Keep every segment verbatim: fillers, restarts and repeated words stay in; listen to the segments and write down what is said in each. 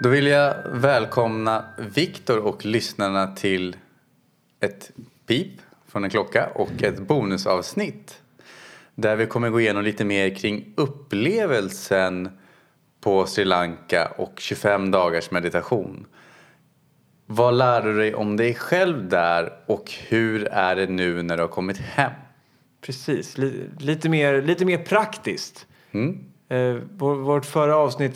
Då vill jag välkomna Viktor och lyssnarna till ett pip från en klocka och ett bonusavsnitt. Där vi kommer gå igenom lite mer kring upplevelsen på Sri Lanka och tjugofem dagars meditation. Vad lärde du dig om dig själv där och hur är det nu när du har kommit hem? Precis, lite mer, lite mer praktiskt. Mm. Eh, vårt förra avsnitt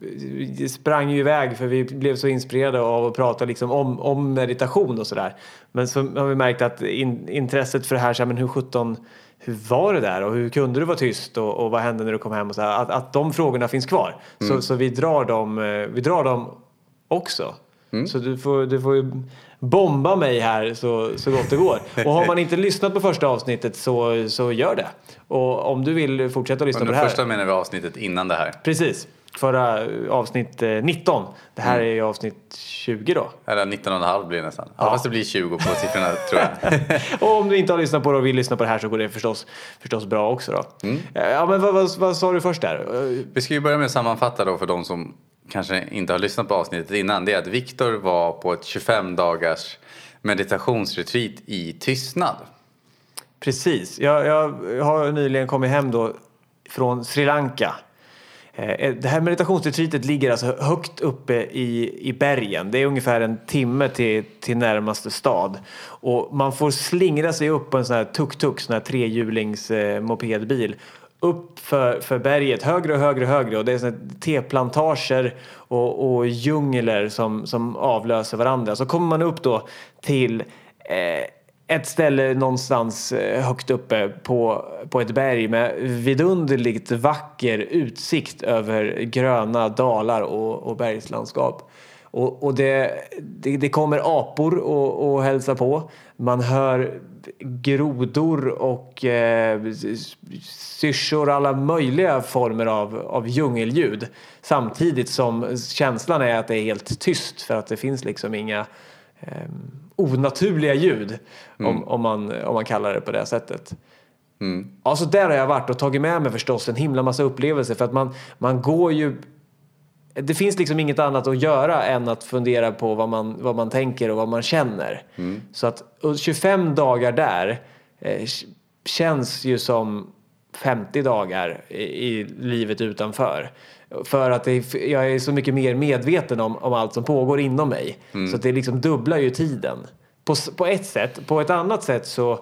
sprang ju iväg för vi blev så inspirerade av att prata liksom om, om meditation och sådär. Men så har vi märkt att in, intresset för det här, så här, men hur sjutton, hur var det där och hur kunde du vara tyst och, och vad hände när du kom hem och så här, att, att de frågorna finns kvar. Mm. Så, så vi drar dem, vi drar dem också. Mm. Så du får, du får ju bomba mig här så, så gott det går. Och har man inte lyssnat på första avsnittet så, så gör det. Och om du vill fortsätta lyssna på det här. Första menar vi avsnittet innan det här. Precis. Förra avsnitt nitton. Det här mm. är avsnitt tjugo då. Eller nitton och en halv blir det nästan. Ja. Fast det blir tjugo på siffrorna tror jag. Och om du inte har lyssnat på det och vill lyssna på det här så går det förstås, förstås bra också då. Mm. Ja men vad, vad, vad sa du först där? Vi ska ju börja med att sammanfatta då för de som kanske inte har lyssnat på avsnittet innan. Det är att Viktor var på ett tjugofem dagars meditationsretreat i tystnad. Precis. Jag, jag har nyligen kommit hem då från Sri Lanka. Det här meditationsretreatet ligger alltså högt uppe i, i bergen. Det är ungefär en timme till, till närmaste stad. Och man får slingra sig upp på en sån här tuk-tuk, sån här trehjulings eh, mopedbil. Upp för, för berget, högre och högre och högre. Och det är såna teplantager och, och djungler som, som avlöser varandra. Så kommer man upp då till eh, ett ställe någonstans högt uppe på, på ett berg med vidunderligt vacker utsikt över gröna dalar och, och bergslandskap. Och, och det, det, det kommer apor och, och hälsar på. Man hör grodor och eh, syrsor, alla möjliga former av, av djungelljud. Samtidigt som känslan är att det är helt tyst för att det finns liksom inga eh, onaturliga ljud mm. om, om, man, om man kallar det på det sättet. Mm. Alltså där har jag varit och tagit med mig förstås en himla massa upplevelser för att man, man går ju. Det finns liksom inget annat att göra än att fundera på vad man, vad man tänker och vad man känner. Mm. Så att tjugofem dagar där eh, känns ju som femtio dagar i, i livet utanför. För att det, jag är så mycket mer medveten om, om allt som pågår inom mig. Mm. Så att det liksom dubblar ju tiden. På, på ett sätt. På ett annat sätt så...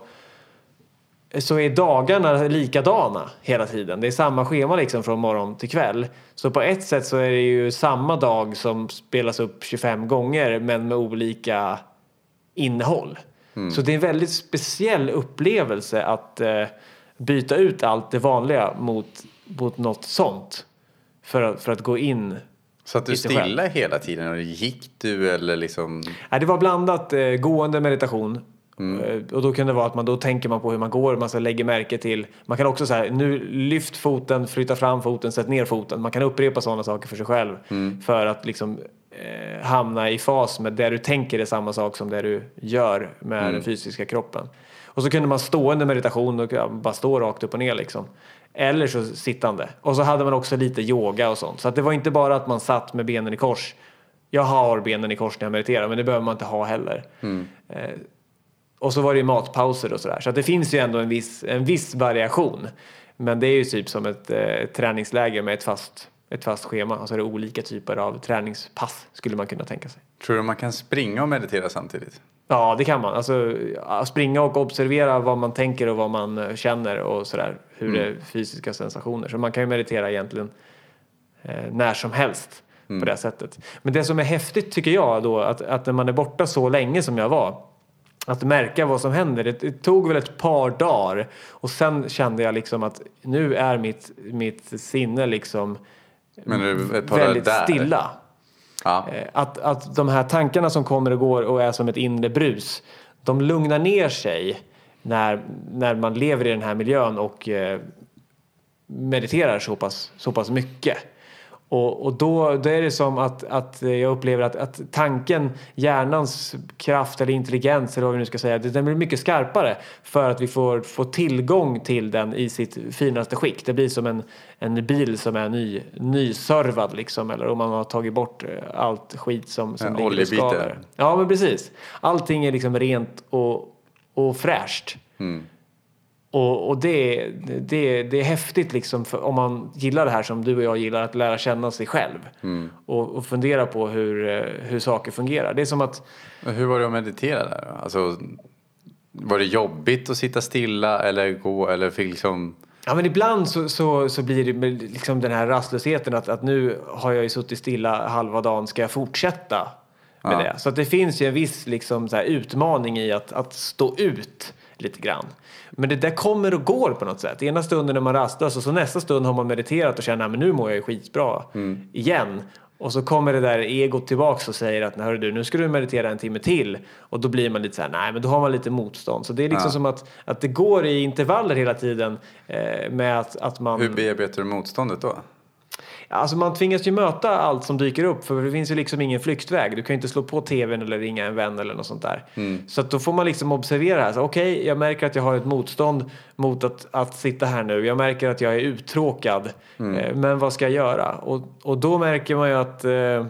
så är dagarna likadana hela tiden. Det är samma schema liksom från morgon till kväll. Så på ett sätt så är det ju samma dag som spelas upp tjugofem gånger men med olika innehåll. Mm. Så det är en väldigt speciell upplevelse att eh, byta ut allt det vanliga mot, mot något sånt. För att, för att gå in. Så att du stilla själv. Hela tiden? Och gick du eller liksom? Nej, det var blandat eh, gående meditation. Mm. Och då kan det vara att man då tänker man på hur man går, man ska lägga märke till, man kan också säga nu lyft foten, flytta fram foten, sätt ner foten, man kan upprepa sådana saker för sig själv mm. för att liksom eh, hamna i fas med det du tänker är samma sak som det du gör med mm. den fysiska kroppen. Och så kunde man stående meditation och ja, bara stå rakt upp och ner liksom. Eller så sittande. Och så hade man också lite yoga och sånt. Så att det var inte bara att man satt med benen i kors. Jag har benen i kors när jag mediterar, men det behöver man inte ha heller. Mm. Eh, Och så var det ju matpauser och sådär. Så att det finns ju ändå en viss, en viss variation. Men det är ju typ som ett eh, träningsläger med ett fast, ett fast schema. Alltså det är olika typer av träningspass skulle man kunna tänka sig. Tror du man kan springa och meditera samtidigt? Ja, det kan man. Alltså springa och observera vad man tänker och vad man känner och sådär. Hur mm. det är fysiska sensationer. Så man kan ju meditera egentligen eh, när som helst mm. på det sättet. Men det som är häftigt tycker jag då, att, att när man är borta så länge som jag var, att märka vad som händer. Det, det tog väl ett par dagar. Och sen kände jag liksom att nu är mitt, mitt sinne liksom Men är ett par väldigt där? stilla. Ja. Att, att de här tankarna som kommer och går och är som ett inre brus, de lugnar ner sig när, när man lever i den här miljön och eh, mediterar så pass, så pass mycket. Och, och då, då är det som att, att jag upplever att, att tanken, hjärnans kraft eller intelligens eller vad vi nu ska säga, den blir mycket skarpare för att vi får, får tillgång till den i sitt finaste skick. Det blir som en, en bil som är ny, nyservad liksom, eller om man har tagit bort allt skit som, som ligger och skaver. Ja, men precis. Allting är liksom rent och, och fräscht. Mm. Och, och det, det, det är häftigt liksom för, om man gillar det här som du och jag gillar, att lära känna sig själv. Mm. Och, och fundera på hur, hur saker fungerar. Det är som att... Hur var det att meditera där? Alltså, var det jobbigt att sitta stilla eller gå eller fick liksom... Ja, men ibland så, så, så blir det liksom den här rastlösheten att, att nu har jag ju suttit stilla halva dagen, ska jag fortsätta med ja. det? Så att det finns ju en viss liksom, så här, utmaning i att, att stå ut lite grann. Men det där kommer och går på något sätt. Ena stunden när man rastas och så nästa stund har man mediterat och känner att nu mår jag ju skitbra mm. igen. Och så kommer det där egot tillbaks och säger att hörru du, nu ska du meditera en timme till. Och då blir man lite så här, nej men då har man lite motstånd. Så det är liksom ja. som att, att det går i intervaller hela tiden eh, med att, att man... Hur bearbetar du motståndet då? Alltså man tvingas ju möta allt som dyker upp, för det finns ju liksom ingen flyktväg. Du kan ju inte slå på tvn eller ringa en vän eller något sånt där. Mm. Så att då får man liksom observera här. Okej, okay, jag märker att jag har ett motstånd mot att, att sitta här nu. Jag märker att jag är uttråkad. Mm. Eh, men vad ska jag göra? Och, och då märker man ju att eh,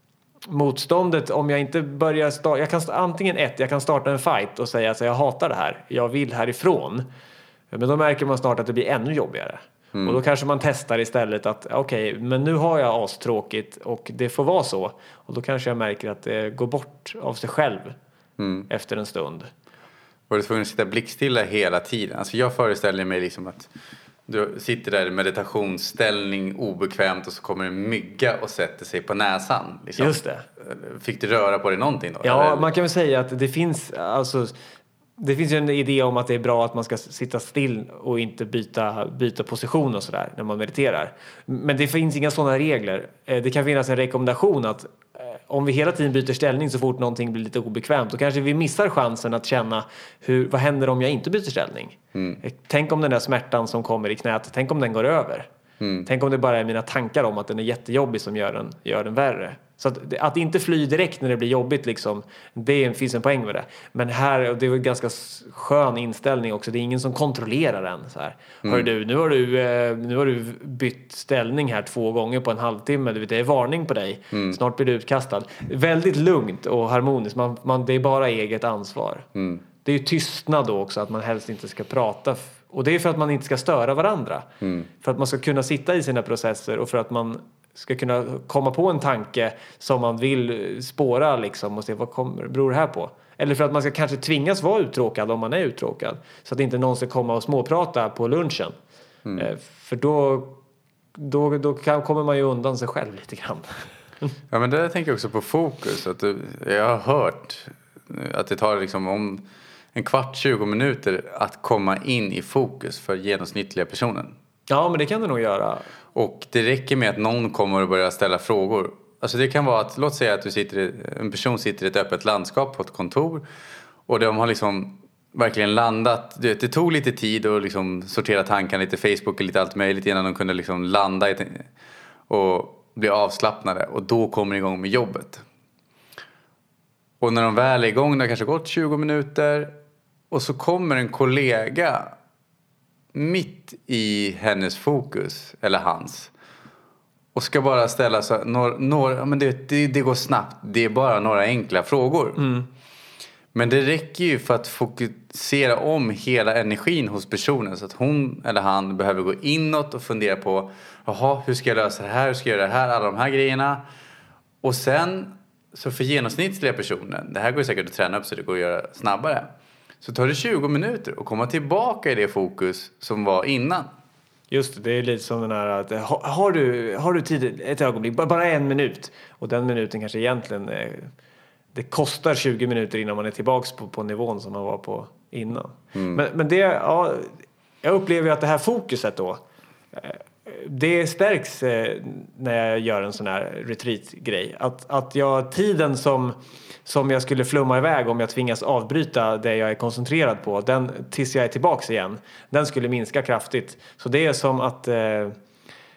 motståndet, om jag inte börjar starta... Jag kan antingen ett, jag kan starta en fight och säga att jag hatar det här. Jag vill härifrån. Men då märker man snart att det blir ännu jobbigare. Mm. Och då kanske man testar istället att okej, okay, men nu har jag astråkigt och det får vara så. Och då kanske jag märker att det går bort av sig själv mm. efter en stund. Var du tvungen att sitta blickstilla hela tiden? Alltså jag föreställer mig liksom att du sitter där i meditationsställning obekvämt och så kommer en mygga och sätter sig på näsan. Liksom. Just det. Fick du röra på dig någonting då? Ja, eller? Man kan väl säga att det finns... Alltså, det finns ju en idé om att det är bra att man ska sitta still och inte byta, byta position och sådär när man mediterar. Men det finns inga sådana regler. Det kan finnas en rekommendation att om vi hela tiden byter ställning så fort någonting blir lite obekvämt, då kanske vi missar chansen att känna hur, vad händer om jag inte byter ställning? Mm. Tänk om den där smärtan som kommer i knät, tänk om den går över. Mm. Tänk om det bara är mina tankar om att den är jättejobbig som gör den, gör den värre. Så att, att inte fly direkt när det blir jobbigt liksom, det finns en poäng med det. Men här, och det är en ganska skön inställning också, det är ingen som kontrollerar den så här. Mm. Hör du, nu har du nu har du bytt ställning här två gånger på en halvtimme, du vet, det är varning på dig. Mm. Snart blir du utkastad. Väldigt lugnt och harmoniskt, man, man, det är bara eget ansvar. Mm. Det är ju tystnad då också, att man helst inte ska prata. Och det är för att man inte ska störa varandra. Mm. För att man ska kunna sitta i sina processer och för att man ska kunna komma på en tanke som man vill spåra liksom och se vad kommer, beror det här på. Eller för att man ska kanske tvingas vara uttråkad om man är uttråkad. Så att inte någon ska komma och småprata på lunchen. Mm. Eh, för då, då, då kan, kommer man ju undan sig själv lite grann. Ja, men det tänker jag också på fokus. Att du, jag har hört att det tar liksom om en kvart, tjugo minuter att komma in i fokus för genomsnittliga personen. Ja, men det kan du nog göra. Och det räcker med att någon kommer och börjar ställa frågor. Alltså det kan vara att, låt säga att du sitter, en person sitter i ett öppet landskap på ett kontor. Och de har liksom verkligen landat. Det, det tog lite tid att liksom sortera tankarna, lite Facebook och lite allt möjligt innan de kunde liksom landa i, och bli avslappnade. Och då kommer de igång med jobbet. Och när de väl är igång, det har kanske gått tjugo minuter. Och så kommer en kollega mitt i hennes fokus, eller hans, och ska bara ställa så några, några men det, det, det går snabbt, det är bara några enkla frågor. Mm. Men det räcker ju för att fokusera om hela energin hos personen, så att hon eller han behöver gå inåt och fundera på, jaha, hur ska jag lösa det här, hur ska jag göra det här, alla de här grejerna. Och sen, så för genomsnittliga personen, det här går säkert att träna upp så det går att göra snabbare, så tar det tjugo minuter att komma tillbaka i det fokus som var innan. Just det, det är lite som den här att har, har du, har du tid ett ögonblick, bara en minut. Och den minuten kanske egentligen, det kostar tjugo minuter innan man är tillbaka på, på nivån som man var på innan. Mm. Men, men det, ja, jag upplever ju att det här fokuset då, det stärks när jag gör en sån här retreat-grej. Att, att jag, tiden som... som jag skulle flumma iväg om jag tvingas avbryta det jag är koncentrerad på, den tills jag är tillbaks igen, den skulle minska kraftigt. Så det är som att eh,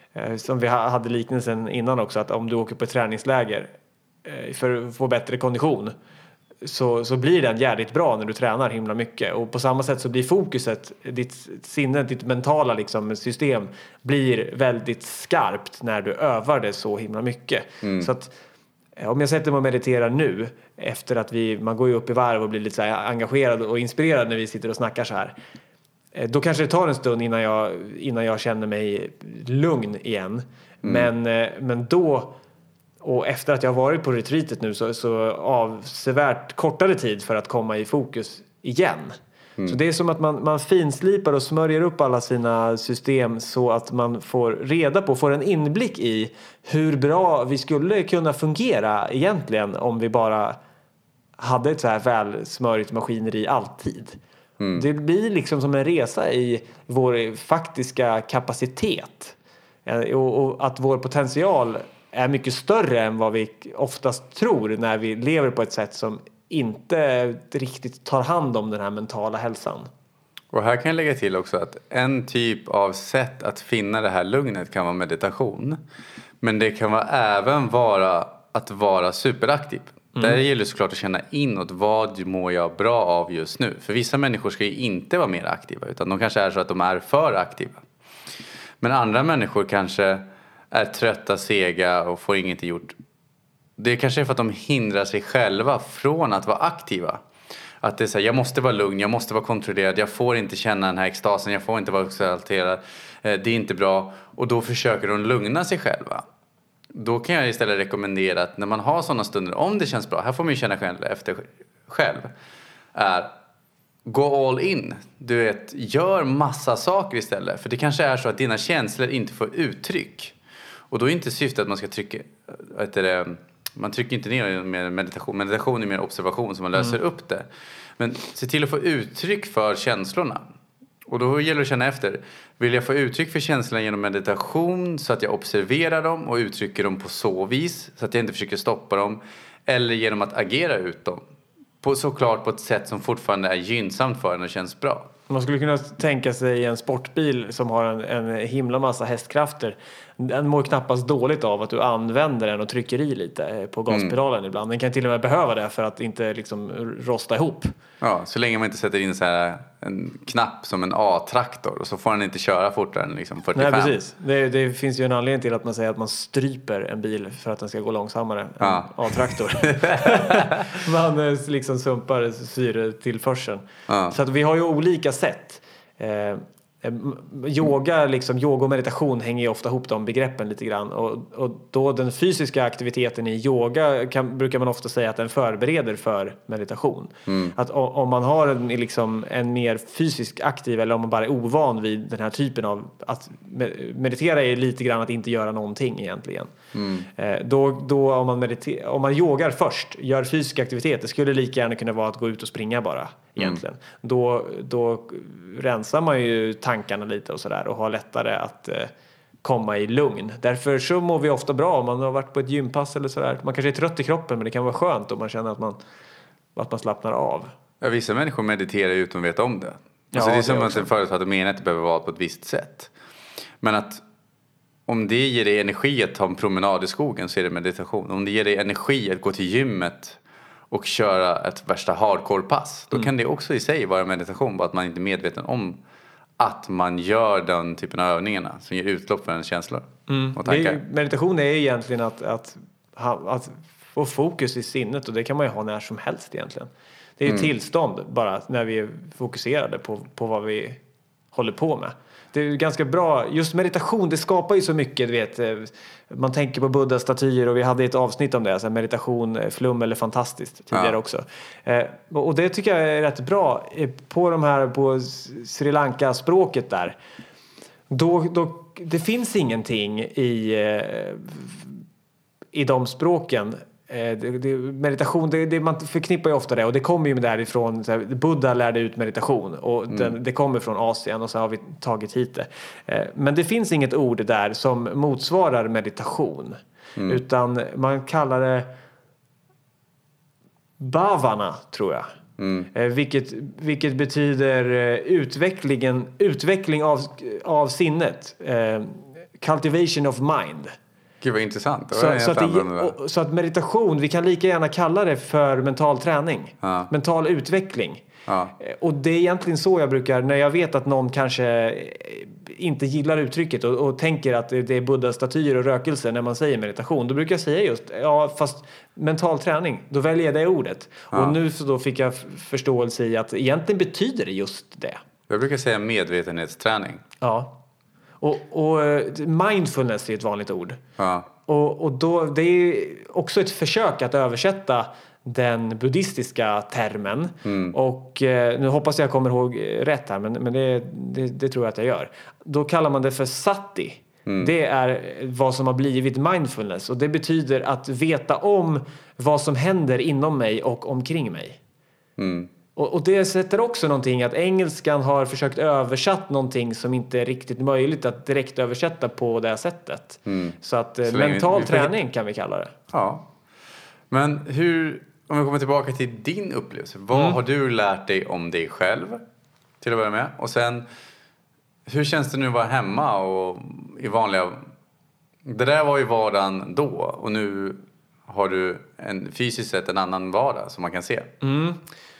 som vi hade liknelsen innan också, att om du åker på ett träningsläger för att få bättre kondition så, så blir den jävligt bra när du tränar himla mycket. Och på samma sätt så blir fokuset, ditt sinne, ditt mentala liksom, system blir väldigt skarpt när du övar det så himla mycket. Mm. Så att om jag sätter mig och mediterar nu efter att vi, man går ju upp i varv och blir lite så här engagerad och inspirerad när vi sitter och snackar så här. Då kanske det tar en stund innan jag, innan jag känner mig lugn igen. Mm. Men, men då, och efter att jag har varit på retreatet nu så, så avsevärt kortare tid för att komma i fokus igen. Mm. Så det är som att man, man finslipar och smörjer upp alla sina system så att man får reda på, får en inblick i hur bra vi skulle kunna fungera egentligen om vi bara hade ett så här väl smörjt maskineri alltid. Mm. Det blir liksom som en resa i vår faktiska kapacitet. Och, och att vår potential är mycket större än vad vi oftast tror när vi lever på ett sätt som inte riktigt tar hand om den här mentala hälsan. Och här kan jag lägga till också att en typ av sätt att finna det här lugnet kan vara meditation. Men det kan vara även vara att vara superaktiv. Mm. Där gäller det såklart att känna inåt, vad mår jag bra av just nu. För vissa människor ska ju inte vara mer aktiva, utan de kanske är så att de är för aktiva. Men andra människor kanske är trötta, sega och får ingenting gjort. Det kanske är för att de hindrar sig själva från att vara aktiva. Att det är så här, jag måste vara lugn, jag måste vara kontrollerad, jag får inte känna den här extasen, jag får inte vara exalterad, det är inte bra. Och då försöker de lugna sig själva. Då kan jag istället rekommendera att när man har sådana stunder, om det känns bra, här får man ju känna själv efter själv, är gå all in. Du vet, gör massa saker istället. För det kanske är så att dina känslor inte får uttryck. Och då är inte syftet att man ska trycka, vet du, man trycker inte ner med meditation. Meditation är mer observation som man löser mm. upp det. Men se till att få uttryck för känslorna. Och då gäller det att känna efter. Vill jag få uttryck för känslorna genom meditation så att jag observerar dem och uttrycker dem på så vis så att jag inte försöker stoppa dem, eller genom att agera ut dem på, såklart på ett sätt som fortfarande är gynnsamt för en och känns bra. Man skulle kunna tänka sig en sportbil som har en, en himla massa hästkrafter. Den mår knappast dåligt av att du använder den och trycker i lite på gaspedalen mm. ibland. Den kan till och med behöva det för att inte liksom rosta ihop. Ja, så länge man inte sätter in så här en knapp som en A-traktor och så får den inte köra fortare än liksom fyrtiofem. Nej, precis. Det, det finns ju en anledning till att man säger att man stryper en bil för att den ska gå långsammare än ja. A-traktor. Man liksom sumpar syretillförseln. Ja. Så att vi har ju olika sätt. Eh, Yoga, liksom, yoga och meditation hänger ju ofta ihop de begreppen lite grann. Och, och då den fysiska aktiviteten i yoga kan, brukar man ofta säga att den förbereder för meditation. Mm. Att om man har en, liksom, en mer fysisk aktiv, eller om man bara är ovan vid den här typen av att meditera är lite grann att inte göra någonting egentligen. Mm. Då, då om, man mediter- om man yogar först, gör fysisk aktivitet, det skulle lika gärna kunna vara att gå ut och springa bara egentligen. Mm. Då, då rensar man ju tankarna lite och sådär och har lättare att eh, komma i lugn. Därför så mår vi ofta bra om man har varit på ett gympass eller sådär. Man kanske är trött i kroppen, men det kan vara skönt om man känner att man, att man slappnar av. Ja, vissa människor mediterar utan att veta om det. Alltså ja, det är som det att en förutfattad mening att det behöver vara på ett visst sätt. Men att om det ger dig energi att ta en promenad i skogen så är det meditation. Om det ger dig energi att gå till gymmet och köra ett värsta hardcore-pass, då mm. kan det också i sig vara meditation, bara att man inte är medveten om att man gör den typen av övningarna som ger utlopp för ens känslor mm. och tankar. Är, meditation är egentligen att, att, att få fokus i sinnet, och det kan man ju ha när som helst egentligen. Det är ju mm. tillstånd bara när vi är fokuserade på, på vad vi håller på med. Det är ju ganska bra, just meditation, det skapar ju så mycket, du vet, man tänker på Buddha-statyer och vi hade ett avsnitt om det, alltså meditation, flum eller fantastiskt tidigare ja. också. Eh, och det tycker jag är rätt bra på de här, på Sri Lanka-språket där. Då, då, det finns ingenting i, i de språken. Det, det, meditation, det, det, man förknippar ju ofta det, och det kommer ju därifrån, så här, Buddha lärde ut meditation och mm. den, det kommer från Asien och så har vi tagit hit det. Eh, men det finns inget ord där som motsvarar meditation mm. utan man kallar det bhavana, tror jag. Mm. Eh, vilket, vilket betyder eh, utvecklingen, utveckling av, av sinnet. Eh, cultivation of mind. Gud vad intressant. Så, så, att det, så att meditation, vi kan lika gärna kalla det för mental träning. Ja. Mental utveckling. Ja. Och det är egentligen så jag brukar, när jag vet att någon kanske inte gillar uttrycket och, och tänker att det är buddha-statyer och rökelse när man säger meditation, då brukar jag säga just, ja fast mental träning, då väljer jag det ordet. Ja. Och nu så då fick jag förståelse i att egentligen betyder det just det. Jag brukar säga medvetenhetsträning. Ja. Och, och mindfulness är ett vanligt ord. Ja. Och, och då, det är också ett försök att översätta den buddhistiska termen. Mm. Och eh, nu hoppas jag kommer ihåg rätt här, men, men det, det, det tror jag att jag gör. Då kallar man det för sati. Mm. Det är vad som har blivit mindfulness. Och det betyder att veta om vad som händer inom mig och omkring mig. Mm. Och, och det sätter också någonting att engelskan har försökt översatt någonting som inte är riktigt möjligt att direkt översätta på det sättet. Mm. Så att Så mental träning hitta... kan vi kalla det. Ja. Men hur, om vi kommer tillbaka till din upplevelse. Vad mm. har du lärt dig om dig själv till att börja med? Och sen, hur känns det nu att vara hemma och i vanliga... Det där var ju vardagen då och nu har du en fysiskt sett en annan vardag som man kan se. Mm.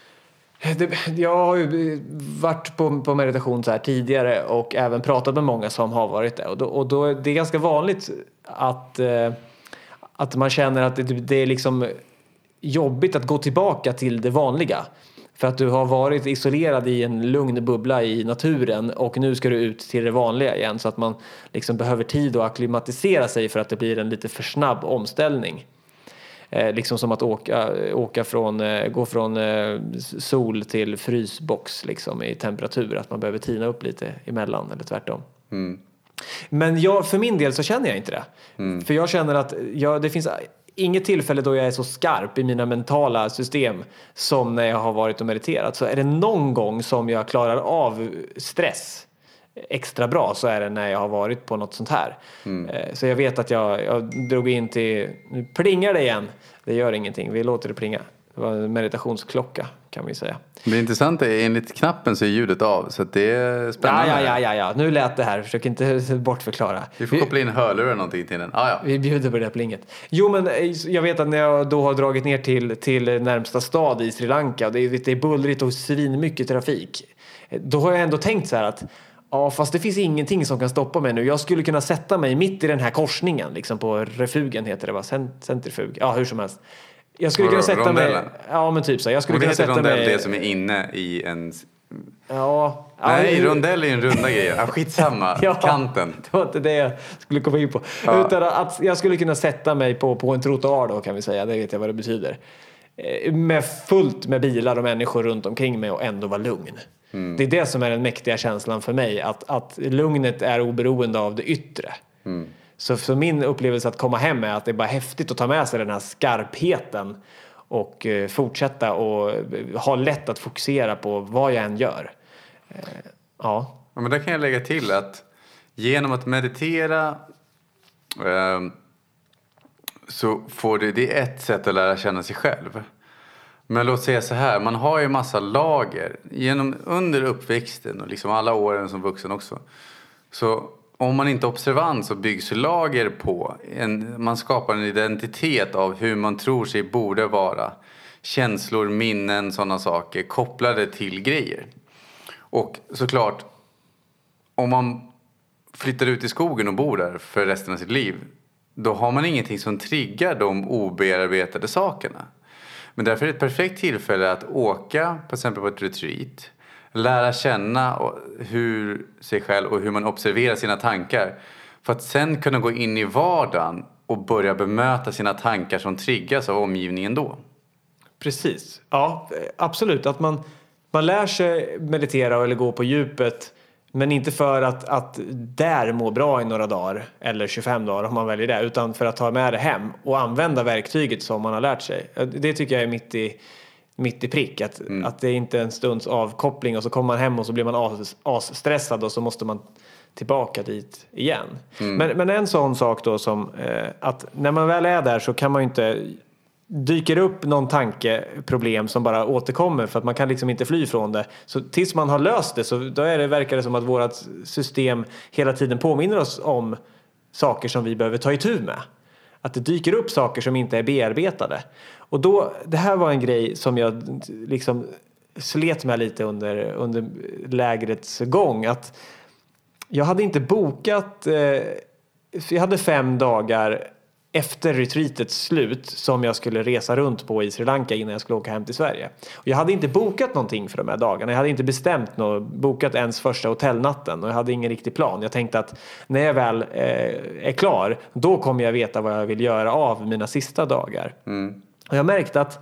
Det, jag har ju varit på, på meditation så här tidigare och även pratat med många som har varit det. Och då, och då det är ganska vanligt att, eh, att man känner att det, det är liksom jobbigt att gå tillbaka till det vanliga. För att du har varit isolerad i en lugn bubbla i naturen och nu ska du ut till det vanliga igen. Så att man liksom behöver tid att akklimatisera sig för att det blir en lite för snabb omställning. Eh, liksom som att åka, åka från, eh, gå från eh, sol till frysbox liksom, i temperatur. Att man behöver tina upp lite emellan eller tvärtom. Mm. Men jag, för min del så känner jag inte det. Mm. För jag känner att jag, det finns inget tillfälle då jag är så skarp i mina mentala system som när jag har varit och mediterat. Så är det någon gång som jag klarar av stress extra bra så är det när jag har varit på något sånt här. Mm. Så jag vet att jag, jag drog in till... Nu plingar det igen. Det gör ingenting. Vi låter det plinga. Det var en meditationsklocka kan vi säga. Det intressanta är enligt knappen så är ljudet av. Så att det är spännande. Ja, ja, ja, ja. Nu lät det här. Försök inte bortförklara. Vi får koppla in hörlurar eller någonting till den. Ah, ja. Vi bjuder på det plinget. Jo, men jag vet att när jag då har dragit ner till, till närmsta stad i Sri Lanka. Och det är, det är bullrigt och svinmycket trafik. Då har jag ändå tänkt så här att ja, fast det finns ingenting som kan stoppa mig nu. Jag skulle kunna sätta mig mitt i den här korsningen. Liksom på refugen heter det va? Centrifug. Ja, hur som helst. Jag skulle kunna sätta rondellen. mig... Ja, men typ så. Jag skulle kunna sätta rondell, mig... det som är inne i en... Ja. Nej, ja, rondell är en runda grej. Ja, skitsamma. Ja, kanten. Det var inte det jag skulle komma in på. Ja. Utan att jag skulle kunna sätta mig på, på en trottoar då kan vi säga. Det vet jag vad det betyder. Med fullt med bilar och människor runt omkring mig och ändå vara lugn. Mm. Det är det som är den mäktiga känslan för mig. Att, att lugnet är oberoende av det yttre. Mm. Så för min upplevelse att komma hem är att det är bara häftigt att ta med sig den här skarpheten. Och eh, fortsätta och ha lätt att fokusera på vad jag än gör. Eh, ja. ja. Men där kan jag lägga till att genom att meditera eh, så får det, det är ett sätt att lära känna sig själv. Men låt säga så här, man har ju massa lager genom, under uppväxten och liksom alla åren som vuxen också. Så om man inte är observant så byggs lager på. En, man skapar en identitet av hur man tror sig borde vara. Känslor, minnen, sådana saker kopplade till grejer. Och såklart, om man flyttar ut i skogen och bor där för resten av sitt liv, då har man ingenting som triggar de obearbetade sakerna. Men därför är det ett perfekt tillfälle att åka till exempel på ett retreat. Lära känna hur sig själv och hur man observerar sina tankar. För att sen kunna gå in i vardagen och börja bemöta sina tankar som triggas av omgivningen då. Precis. Ja, absolut. Att man, man lär sig meditera eller gå på djupet. Men inte för att, att där må bra i några dagar. Eller tjugofem dagar om man väljer det. Utan för att ta med det hem och använda verktyget som man har lärt sig. Det tycker jag är mitt i... mitt i prick. Att, mm. att det är inte en stunds avkoppling och så kommer man hem och så blir man as, asstressad och så måste man tillbaka dit igen. Mm. Men, men en sån sak då som eh, att när man väl är där så kan man ju inte dyker upp någon tankeproblem som bara återkommer för att man kan liksom inte fly från det. Så tills man har löst det så då är det, verkar det som att vårt system hela tiden påminner oss om saker som vi behöver ta itu med. Att det dyker upp saker som inte är bearbetade. Och då, det här var en grej som jag liksom slet med lite under, under lägrets gång. Att jag hade inte bokat, eh, jag hade fem dagar efter retreatets slut som jag skulle resa runt på i Sri Lanka innan jag skulle åka hem till Sverige. Och jag hade inte bokat någonting för de här dagarna. Jag hade inte bestämt något, bokat ens första hotellnatten och jag hade ingen riktig plan. Jag tänkte att när jag väl eh, är klar, då kommer jag veta vad jag vill göra av mina sista dagar. Mm. Och jag märkte att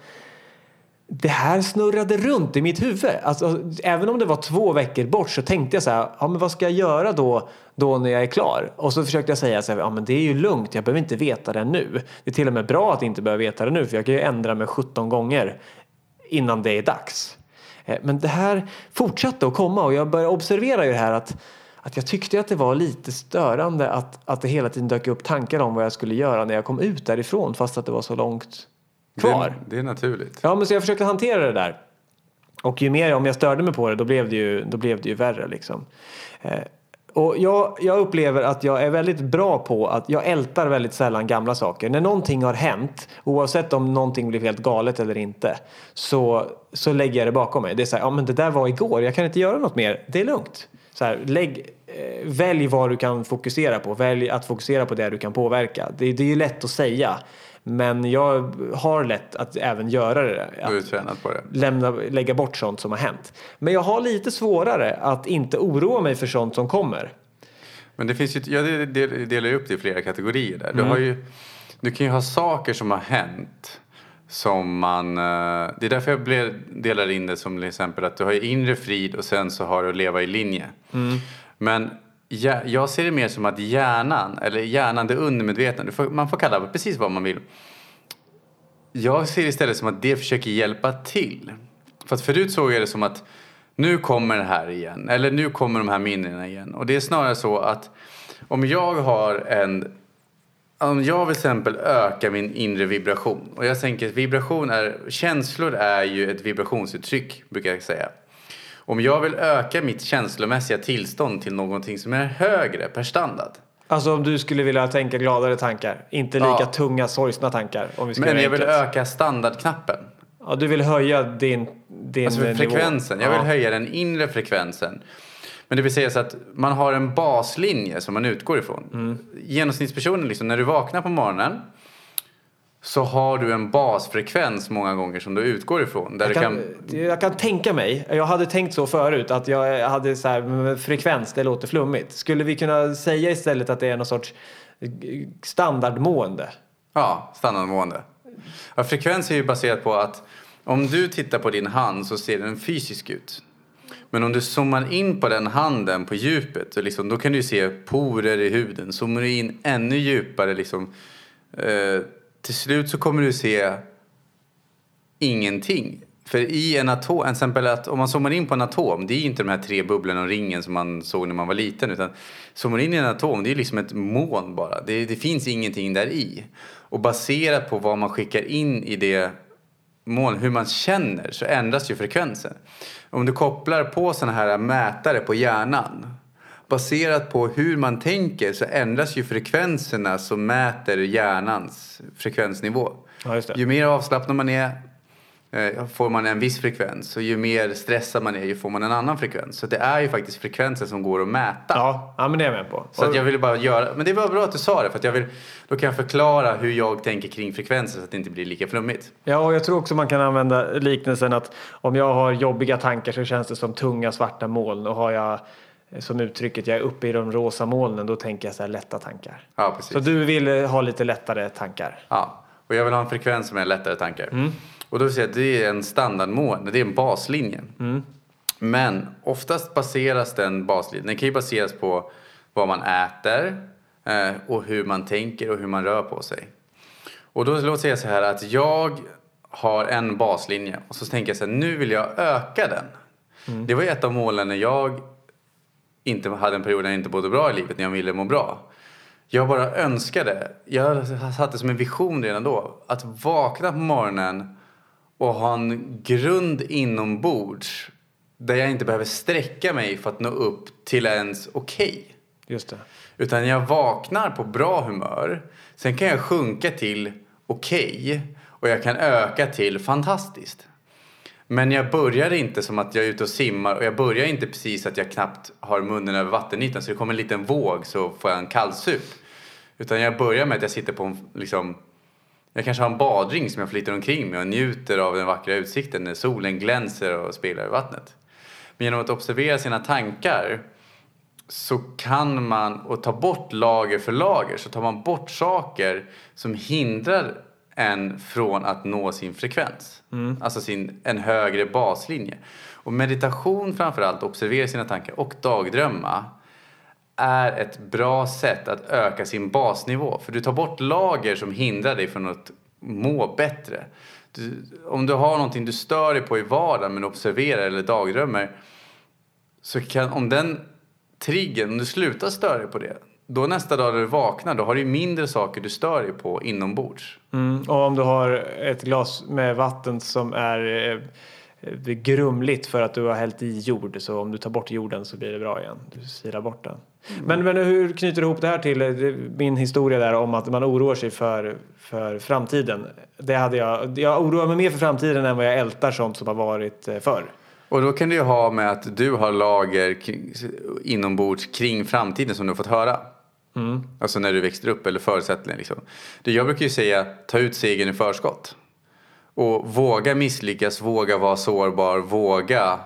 det här snurrade runt i mitt huvud. Alltså, även om det var två veckor bort så tänkte jag så här, ja men vad ska jag göra då, då när jag är klar? Och så försökte jag säga så här, ja men det är ju lugnt, jag behöver inte veta det nu. Det är till och med bra att inte behöva veta det nu, för jag kan ju ändra mig sjutton gånger innan det är dags. Men det här fortsatte att komma och jag började observera ju det här att, att jag tyckte att det var lite störande att, att det hela tiden dök upp tankar om vad jag skulle göra när jag kom ut därifrån, fast att det var så långt kvar. Det, det är naturligt. Ja, men så jag försökte hantera det där. Och ju mer om jag störde mig på det, då blev det ju, då blev det ju värre liksom. Eh, och jag, jag upplever att jag är väldigt bra på att jag ältar väldigt sällan gamla saker. När någonting har hänt, oavsett om någonting blev helt galet eller inte, så, så lägger jag det bakom mig. Det är så här, ja men det där var igår, jag kan inte göra något mer, det är lugnt. Så här, lägg, eh, välj vad du kan fokusera på, välj att fokusera på det du kan påverka. Det, det är ju lätt att säga. Men jag har lätt att även göra det. Du är tränad på det. Lämna, lägga bort sånt som har hänt. Men jag har lite svårare att inte oroa mig för sånt som kommer. Men det finns ju, jag delar upp det i flera kategorier där. Du, mm. har ju, du kan ju ha saker som har hänt som man... Det är därför jag delar in det som till exempel att du har inre frid och sen så har du att leva i linje. Mm. Men... Ja, jag ser det mer som att hjärnan, eller hjärnan, det undermedvetna, får, man får kalla det precis vad man vill. Jag ser det istället som att det försöker hjälpa till. För att förut såg jag det som att nu kommer det här igen, eller nu kommer de här minnena igen. Och det är snarare så att om jag har en, om jag vill exempel öka min inre vibration. Och jag tänker att vibration är, känslor är ju ett vibrationsuttryck, brukar jag säga. Om jag vill öka mitt känslomässiga tillstånd till någonting som är högre per standard. Alltså om du skulle vilja tänka gladare tankar. Inte lika ja. tunga, sorgsna tankar. Om vi ska Men jag vill öka standardknappen. Ja, du vill höja din, din alltså frekvensen. Nivå. Jag vill ja. höja den inre frekvensen. Men det vill säga så att man har en baslinje som man utgår ifrån. Mm. Genomsnittspersonen, liksom, när du vaknar på morgonen... så har du en basfrekvens många gånger som du utgår ifrån. Där jag, du kan, kan... jag kan tänka mig, jag hade tänkt så förut, att jag hade så här, frekvens, det låter flummigt. Skulle vi kunna säga istället att det är någon sorts standardmående? Ja, standardmående. Ja, frekvens är ju baserat på att om du tittar på din hand så ser den fysisk ut. Men om du zoomar in på den handen på djupet, så liksom, då kan du se porer i huden. Zoomar du in ännu djupare liksom... Eh, till slut så kommer du se ingenting. För i en atom, till exempel att om man zoomar in på en atom, det är inte de här tre bubblorna och ringen som man såg när man var liten, utan zoomar in i en atom, det är liksom ett moln bara. Det, det finns ingenting där i. Och baserat på vad man skickar in i det moln, hur man känner, så ändras ju frekvensen. Om du kopplar på såna här mätare på hjärnan, baserat på hur man tänker, så ändras ju frekvenserna som mäter hjärnans frekvensnivå. Ja, just det. Ju mer avslappnad man är får man en viss frekvens. Och ju mer stressad man är, ju får man en annan frekvens. Så det är ju faktiskt frekvenser som går att mäta. Ja, ja men det är jag med på. Så att jag ville bara göra... Men det var bra att du sa det, för att jag vill... Då kan jag förklara hur jag tänker kring frekvenser så att det inte blir lika flummigt. Ja, och jag tror också man kan använda liknelsen att om jag har jobbiga tankar så känns det som tunga svarta moln. Och har jag... som uttrycket, jag är uppe i de rosa molnen, då tänker jag så här lätta tankar. Ja, precis. Så du vill ha lite lättare tankar. Ja, och jag vill ha en frekvens som är lättare tankar. Mm. Och då vill jag säga att det är en standardmål, det är en baslinje. Mm. Men oftast baseras den baslinjen, den kan ju baseras på vad man äter eh, och hur man tänker och hur man rör på sig. Och då låt säga så här att jag har en baslinje och så tänker jag så här, nu vill jag öka den. Mm. Det var ett av målen när jag inte hade en period när jag inte mådde bra i livet, när jag ville må bra. Jag bara önskade, jag satte det som en vision redan då, att vakna på morgonen och ha en grund inombords där jag inte behöver sträcka mig för att nå upp till ens okej. Just det. Utan jag vaknar på bra humör. Sen kan jag sjunka till okej. Okay, och jag kan öka till fantastiskt. Men jag börjar inte som att jag är ute och simmar. Och jag börjar inte precis att jag knappt har munnen över vattenytan. Så det kommer en liten våg så får jag en kallsup. Utan jag börjar med att jag sitter på en liksom... Jag kanske har en badring som jag flyter omkring med och njuter av den vackra utsikten när solen glänser och spelar i vattnet. Men genom att observera sina tankar så kan man, och ta bort lager för lager, så tar man bort saker som hindrar en från att nå sin frekvens. Mm. Alltså sin, en högre baslinje. Och meditation framförallt, observera sina tankar och dagdrömma är ett bra sätt att öka sin basnivå. För du tar bort lager som hindrar dig från att må bättre. Du, om du har någonting du stör dig på i vardagen men observerar eller dagdrömmer, så kan, om den triggen, om du slutar störa dig på det, då nästa dag när du vaknar, då har du mindre saker du stör dig på inombords. Mm, och om du har ett glas med vatten som är eh, grumligt för att du har hällt i jord, så om du tar bort jorden så blir det bra igen. Du silar bort den. Mm. Men, men hur knyter du ihop det här till min historia där om att man oroar sig för, för framtiden? Det hade jag, jag oroar mig mer för framtiden än vad jag ältar sånt som har varit förr. Och då kan det ju ha med att du har lager kring, inombords kring framtiden som du har fått höra. Mm. Alltså när du växte upp eller förutsättningar liksom. Det jag brukar ju säga, ta ut segern i förskott. Och våga misslyckas, våga vara sårbar, våga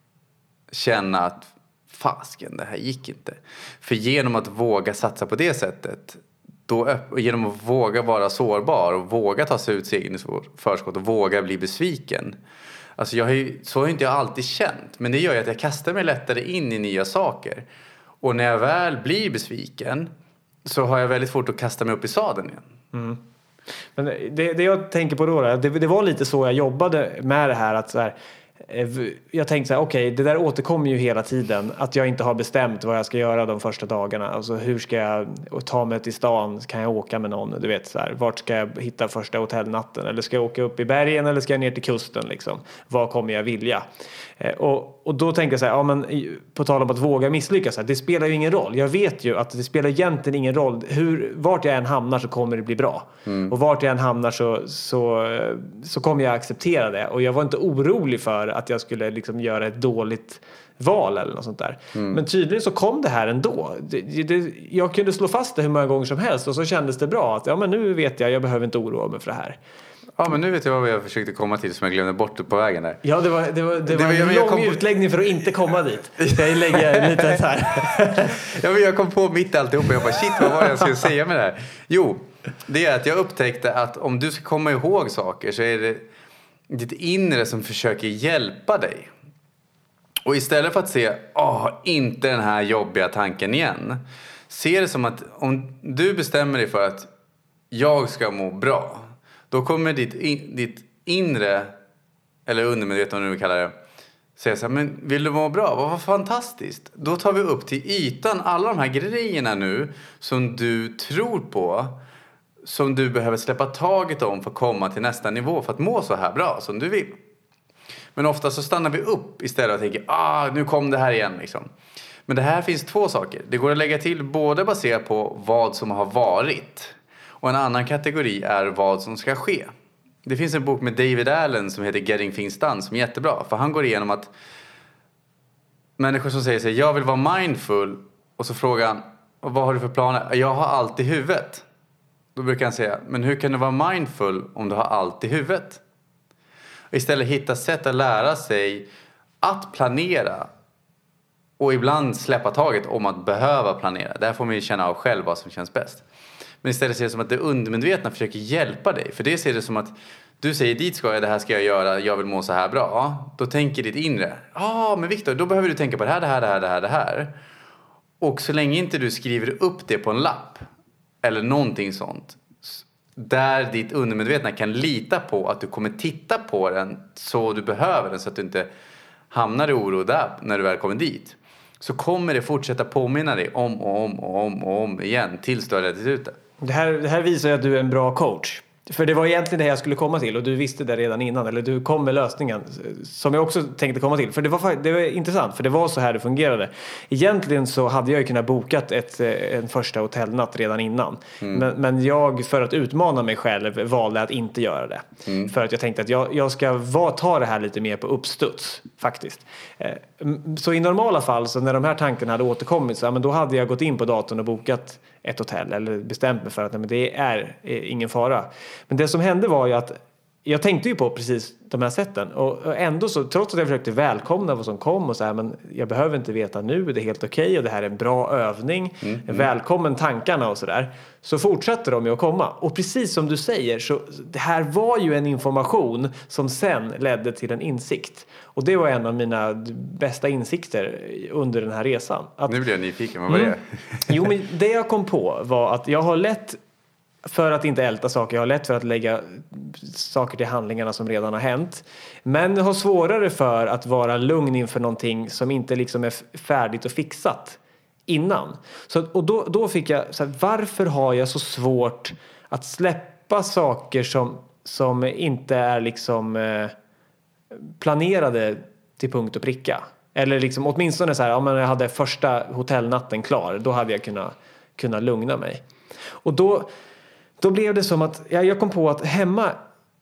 känna att fasken, det här gick inte. För genom att våga satsa på det sättet, då, genom att våga vara sårbar och våga ta sig ut segern i förskott och våga bli besviken. Alltså jag har ju, så har inte jag alltid känt. Men det gör ju att jag kastar mig lättare in i nya saker. Och när jag väl blir besviken så har jag väldigt svårt att kasta mig upp i sadeln igen. Mm. Men det, det jag tänker på då, det, det var lite så jag jobbade med det här. Att så här, jag tänkte så här, okej, okay, det där återkommer ju hela tiden. Att jag inte har bestämt vad jag ska göra de första dagarna. Alltså hur ska jag ta mig till stan? Kan jag åka med någon? Du vet så här, vart ska jag hitta första hotellnatten? Eller ska jag åka upp i bergen eller ska jag ner till kusten liksom? Vad kommer jag vilja? Och, och då tänkte jag så här, ja men på tal om att våga misslyckas, det spelar ju ingen roll. Jag vet ju att det spelar egentligen ingen roll. Hur, vart jag än hamnar så kommer det bli bra. Mm. Och vart jag än hamnar så, så, så kommer jag acceptera det. Och jag var inte orolig för att jag skulle liksom göra ett dåligt val eller något sånt där. Mm. Men tydligen så kom det här ändå. Det, det, jag kunde slå fast det hur många gånger som helst och så kändes det bra att ja men nu vet jag, jag behöver inte oroa mig för det här. Ja, men nu vet jag vad jag försökte komma till som jag glömde bort på vägen där. Ja, det var, det var, det det var, var en jag, lång jag kom... utläggning för att inte komma dit. Ska jag lägga lite så här? Ja, men jag kom på mitt alltihop och jag bara, shit, vad var det jag skulle säga med det här? Jo, det är att jag upptäckte att om du ska komma ihåg saker så är det ditt inre som försöker hjälpa dig. Och istället för att se, åh, inte den här jobbiga tanken igen. Se det som att om du bestämmer dig för att jag ska må bra, då kommer ditt, in, ditt inre, eller undermedvetna om du vill kalla det, säga så här, men vill du må bra? Vad var fantastiskt. Då tar vi upp till ytan alla de här grejerna nu som du tror på, som du behöver släppa taget om för att komma till nästa nivå för att må så här bra som du vill. Men ofta så stannar vi upp istället och tänker, ah, nu kom det här igen liksom. Men det här finns två saker. Det går att lägga till både baserat på vad som har varit. Och en annan kategori är vad som ska ske. Det finns en bok med David Allen som heter Getting Things Done som är jättebra. För han går igenom att människor som säger sig, jag vill vara mindful. Och så frågar han, vad har du för planer? Jag har allt i huvudet. Då brukar han säga, men hur kan du vara mindful om du har allt i huvudet? Och istället hitta sätt att lära sig att planera. Och ibland släppa taget om att behöva planera. Där får man ju känna av själv vad som känns bäst. Men istället ser det som att det undermedvetna försöker hjälpa dig. För det ser det som att du säger, dit ska jag, det här ska jag göra, jag vill må så här bra. Då tänker ditt inre, ja ah, men Victor, då behöver du tänka på det här, det här, det här, det här, det här. Och så länge inte du skriver upp det på en lapp eller någonting sånt, där ditt undermedvetna kan lita på att du kommer titta på den så du behöver den, så att du inte hamnar i oro där när du väl kommer dit, så kommer det fortsätta påminna dig om och om och om och om igen tills du har rättat ut det. Det här, det här visar ju att du är en bra coach. För det var egentligen det jag skulle komma till och du visste det redan innan, eller du kom med lösningen som jag också tänkte komma till. För det var, det var intressant, för det var så här det fungerade. Egentligen så hade jag ju kunnat bokat ett, en första hotellnatt redan innan. Mm. Men, men jag, för att utmana mig själv, valde att inte göra det. Mm. För att jag tänkte att jag, jag ska va, ta det här lite mer på uppstuds, faktiskt. Så i normala fall, så när de här tankarna hade återkommit, så, ja, men då hade jag gått in på datorn och bokat ett hotell eller bestämt mig för att nej, men det är, är ingen fara. Men det som hände var ju att jag tänkte ju på precis de här sätten och ändå så, trots att jag försökte välkomna vad som kom och så här, men jag behöver inte veta nu, det är helt okej och det här är en bra övning, mm, mm. välkommen tankarna och sådär, så fortsatte de ju att komma. Och precis som du säger, så det här var ju en information som sen ledde till en insikt. Och det var en av mina bästa insikter under den här resan. Att, nu blir jag nyfiken, vad var det? Mm, jo, men det jag kom på var att jag har lätt för att inte älta saker, jag har lätt för att lägga saker till handlingarna som redan har hänt. Men har svårare för att vara lugn inför någonting som inte liksom är färdigt och fixat innan. Så, och då, då fick jag så här, varför har jag så svårt att släppa saker som, som inte är liksom eh, planerade till punkt och pricka? Eller liksom åtminstone så här, om jag hade första hotellnatten klar, då hade jag kunnat, kunnat lugna mig. Och då Då blev det som att ja, jag kom på att hemma,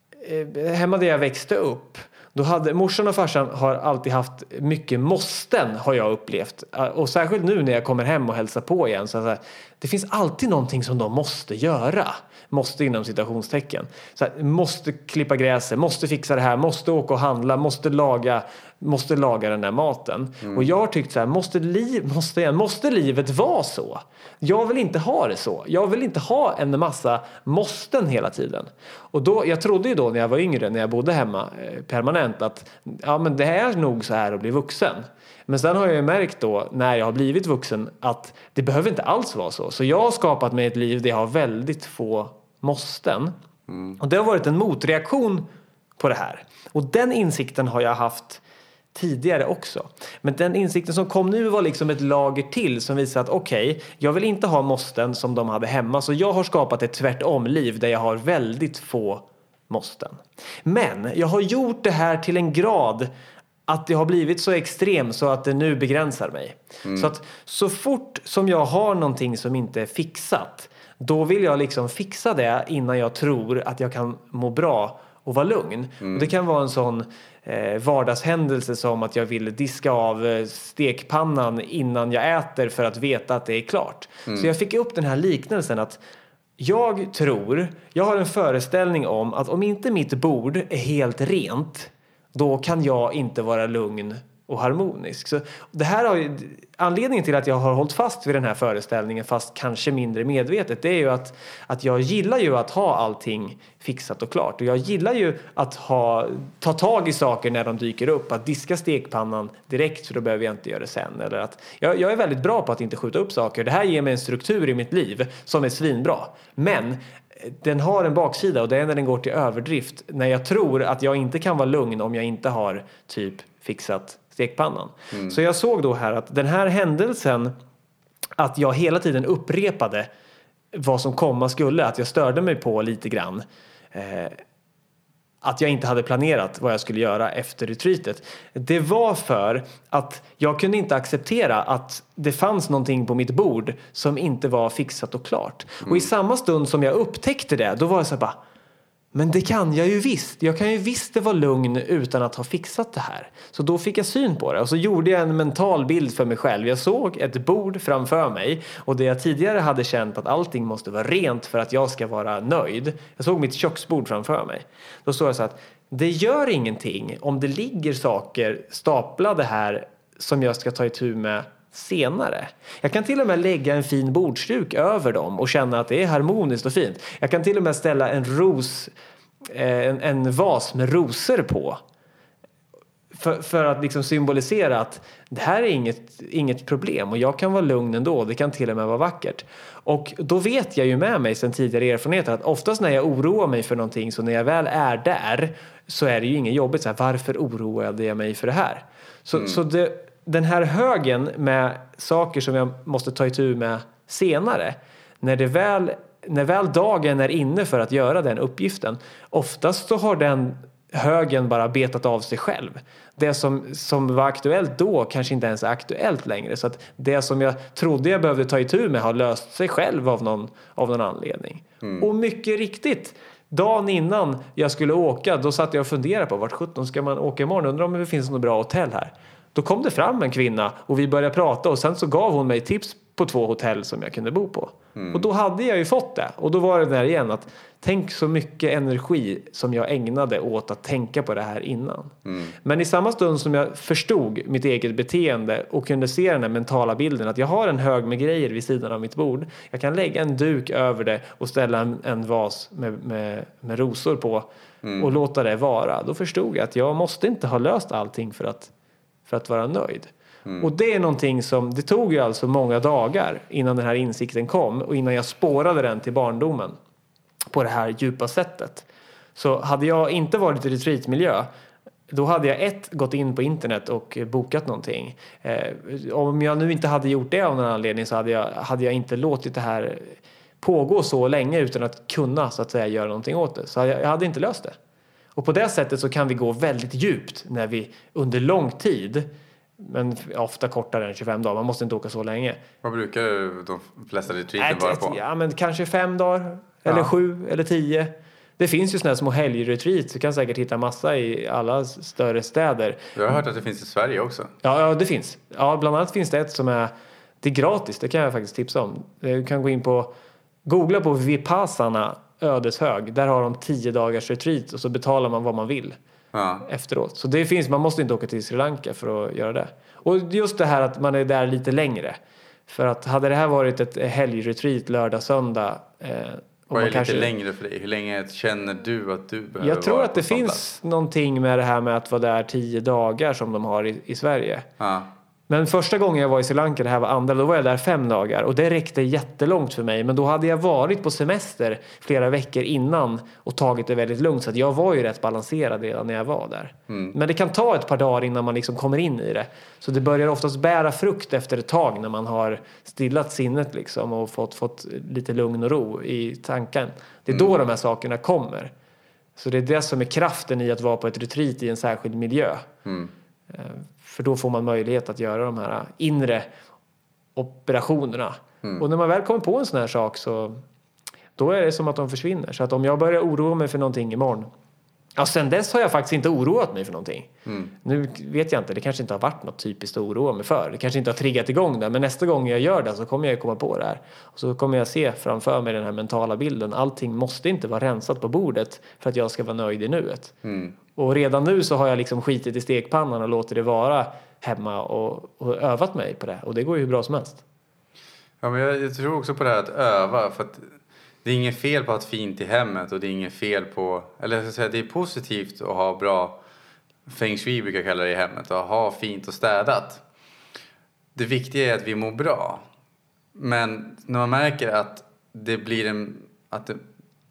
eh, hemma där jag växte upp, då hade morsan och farsan har alltid haft mycket måsten, har jag upplevt. Och särskilt nu när jag kommer hem och hälsar på igen, så att det finns alltid någonting som de måste göra. Måste inom citationstecken. Så här, måste klippa gräset, måste fixa det här, måste åka och handla, måste laga, måste laga den där maten. Mm. Och jag har tyckt så här, måste, liv, måste, måste livet vara så? Jag vill inte ha det så. Jag vill inte ha en massa måsten hela tiden. Och då, jag trodde ju då när jag var yngre, när jag bodde hemma eh, permanent, att ja, men det är nog så här att bli vuxen. Men sen har jag ju märkt då, när jag har blivit vuxen, att det behöver inte alls vara så. Så jag har skapat mig ett liv där jag har väldigt få måsten. Mm. Och det har varit en motreaktion på det här. Och den insikten har jag haft tidigare också. Men den insikten som kom nu var liksom ett lager till som visar att okej, okay, jag vill inte ha måsten som de hade hemma. Så jag har skapat ett tvärtom-liv där jag har väldigt få måsten. Men jag har gjort det här till en grad att det har blivit så extrem så att det nu begränsar mig. Mm. Så att så fort som jag har någonting som inte är fixat, då vill jag liksom fixa det innan jag tror att jag kan må bra och vara lugn. Mm. Och det kan vara en sån eh, vardagshändelse som att jag vill diska av eh, stekpannan innan jag äter för att veta att det är klart. Mm. Så jag fick upp den här liknelsen att jag tror, jag har en föreställning om att om inte mitt bord är helt rent, då kan jag inte vara lugn och harmonisk. Så det här har ju, anledningen till att jag har hållit fast vid den här föreställningen, fast kanske mindre medvetet, det är ju att, att jag gillar ju att ha allting fixat och klart. Och jag gillar ju att ha, ta tag i saker när de dyker upp. Att diska stekpannan direkt, för då behöver jag inte göra det sen. Eller att, jag, jag är väldigt bra på att inte skjuta upp saker. Det här ger mig en struktur i mitt liv som är svinbra. Men den har en baksida, och det är när den går till överdrift. När jag tror att jag inte kan vara lugn om jag inte har typ fixat stekpannan. Mm. Så jag såg då här att den här händelsen, att jag hela tiden upprepade vad som komma skulle, att jag störde mig på lite grann. Eh, att jag inte hade planerat vad jag skulle göra efter retreatet. Det var för att jag kunde inte acceptera att det fanns någonting på mitt bord som inte var fixat och klart. Mm. Och i samma stund som jag upptäckte det, då var jag så här bara, men det kan jag ju visst. Jag kan ju visst vara lugn utan att ha fixat det här. Så då fick jag syn på det. Och så gjorde jag en mental bild för mig själv. Jag såg ett bord framför mig. Och det jag tidigare hade känt att allting måste vara rent för att jag ska vara nöjd. Jag såg mitt köksbord framför mig. Då såg jag så att det gör ingenting om det ligger saker staplade här som jag ska ta itu med senare. Jag kan till och med lägga en fin bordsduk över dem och känna att det är harmoniskt och fint. Jag kan till och med ställa en ros, en, en vas med rosor på. För, för att liksom symbolisera att det här är inget, inget problem och jag kan vara lugn ändå. Det kan till och med vara vackert. Och då vet jag ju med mig sedan tidigare erfarenheter att oftast när jag oroar mig för någonting, så när jag väl är där, så är det ju inget jobbigt. Så här, varför oroade jag mig för det här? Så, mm. så det Den här högen med saker som jag måste ta itu med senare, när det väl när väl dagen är inne för att göra den uppgiften, oftast så har den högen bara betat av sig själv. Det som, som var aktuellt då kanske inte ens är aktuellt längre. Så att det som jag trodde jag behövde ta itu med har löst sig själv av någon, av någon anledning. Mm. Och mycket riktigt, dagen innan jag skulle åka, då satt jag och funderade på vart sjutton ska man åka imorgon. Undrar om det finns något bra hotell här. Då kom det fram en kvinna och vi började prata och sen så gav hon mig tips på två hotell som jag kunde bo på. Mm. Och då hade jag ju fått det. Och då var det där igen att tänk så mycket energi som jag ägnade åt att tänka på det här innan. Mm. Men i samma stund som jag förstod mitt eget beteende och kunde se den här mentala bilden att jag har en hög med grejer vid sidan av mitt bord. Jag kan lägga en duk över det och ställa en, en vas med, med, med rosor på mm. och låta det vara. Då förstod jag att jag måste inte ha löst allting för att, för att vara nöjd. Mm. Och det är någonting som, det tog ju alltså många dagar innan den här insikten kom och innan jag spårade den till barndomen på det här djupa sättet. Så hade jag inte varit i retreatmiljö, då hade jag ett gått in på internet och bokat någonting. Eh, om jag nu inte hade gjort det av någon anledning så hade jag, hade jag inte låtit det här pågå så länge utan att kunna så att säga göra någonting åt det. Så jag, jag hade inte löst det. Och på det sättet så kan vi gå väldigt djupt när vi under lång tid, men ofta kortare än tjugofem dagar. Man måste inte åka så länge. Vad brukar de flesta retreaten vara på? Ja, men kanske fem dagar. Eller ja. sju eller tio. Det finns ju såna här små helgretreats. Du kan säkert hitta massa i alla större städer. Jag har hört att det finns i Sverige också. Ja, ja det finns. Ja, bland annat finns det ett som är, det är gratis. Det kan jag faktiskt tipsa om. Du kan gå in på, googla på Vipassana Ödeshög. Där har de tio dagars retreat och så betalar man vad man vill. Ja. Efteråt. Så det finns, man måste inte åka till Sri Lanka för att göra det. Och just det här att man är där lite längre. För att hade det här varit ett helgretreat lördag, söndag. Eh, Vad är lite kanske, längre för dig? Hur länge känner du att du behöver Jag tror vara att det finns plats? Någonting med det här med att vara där tio dagar som de har i, i Sverige. Ja. Men första gången jag var i Sri Lanka, det här var andra, då var jag där fem dagar. Och det räckte jättelångt för mig. Men då hade jag varit på semester flera veckor innan och tagit det väldigt lugnt. Så att jag var ju rätt balanserad redan när jag var där. Mm. Men det kan ta ett par dagar innan man liksom kommer in i det. Så det börjar oftast bära frukt efter ett tag när man har stillat sinnet liksom och fått, fått lite lugn och ro i tanken. Det är mm. då de här sakerna kommer. Så det är det som är kraften i att vara på ett retreat i en särskild miljö. Mm. För då får man möjlighet att göra de här inre operationerna. Mm. Och när man väl kommer på en sån här sak så då är det som att de försvinner. Så att om jag börjar oroa mig för någonting imorgon. Ja, sen dess har jag faktiskt inte oroat mig för någonting. Mm. Nu vet jag inte, det kanske inte har varit något typiskt att oroa mig för. Det kanske inte har triggat igång det. Men nästa gång jag gör det så kommer jag komma på det här. Och så kommer jag se framför mig den här mentala bilden. Allting måste inte vara rensat på bordet för att jag ska vara nöjd i nuet. Mm. Och redan nu så har jag liksom skitit i stekpannan och låter det vara hemma och, och övat mig på det. Och det går ju hur bra som helst. Ja, men jag, jag tror också på det här att öva. För att det är inget fel på att ha fint i hemmet och det är inget fel på, eller jag ska säga, det är positivt att ha bra feng shui brukar jag kalla det i hemmet och ha fint och städat. Det viktiga är att vi mår bra. Men när man märker att det blir en, att det,